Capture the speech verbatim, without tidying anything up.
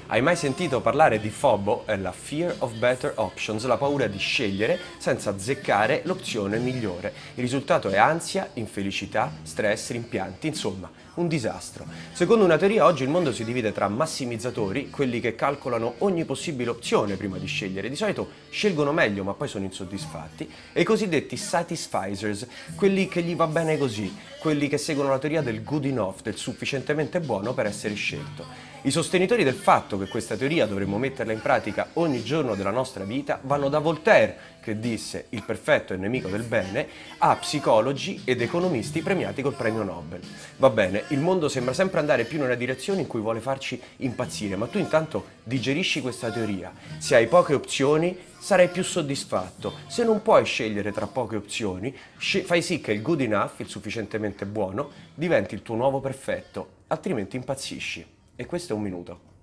Hai mai sentito parlare di FOBO? È la Fear of Better Options, la paura di scegliere senza azzeccare l'opzione migliore. Il risultato è ansia, infelicità, stress, rimpianti, insomma, un disastro. Secondo una teoria, oggi il mondo si divide tra massimizzatori, quelli che calcolano ogni possibile opzione prima di scegliere, di solito scelgono meglio ma poi sono insoddisfatti, e i cosiddetti satisficers, quelli che gli va bene così, quelli che seguono la teoria del good enough, del sufficientemente buono per essere scelto. I sostenitori del fatto che questa teoria dovremmo metterla in pratica ogni giorno della nostra vita vanno da Voltaire, che disse il perfetto è nemico del bene, a psicologi ed economisti premiati col premio Nobel. Va bene, il mondo sembra sempre andare più nella direzione in cui vuole farci impazzire, ma tu intanto digerisci questa teoria. Se hai poche opzioni, sarai più soddisfatto. Se non puoi scegliere tra poche opzioni, fai sì che il good enough, il sufficientemente buono, diventi il tuo nuovo perfetto, altrimenti impazzisci. E questo è un minuto.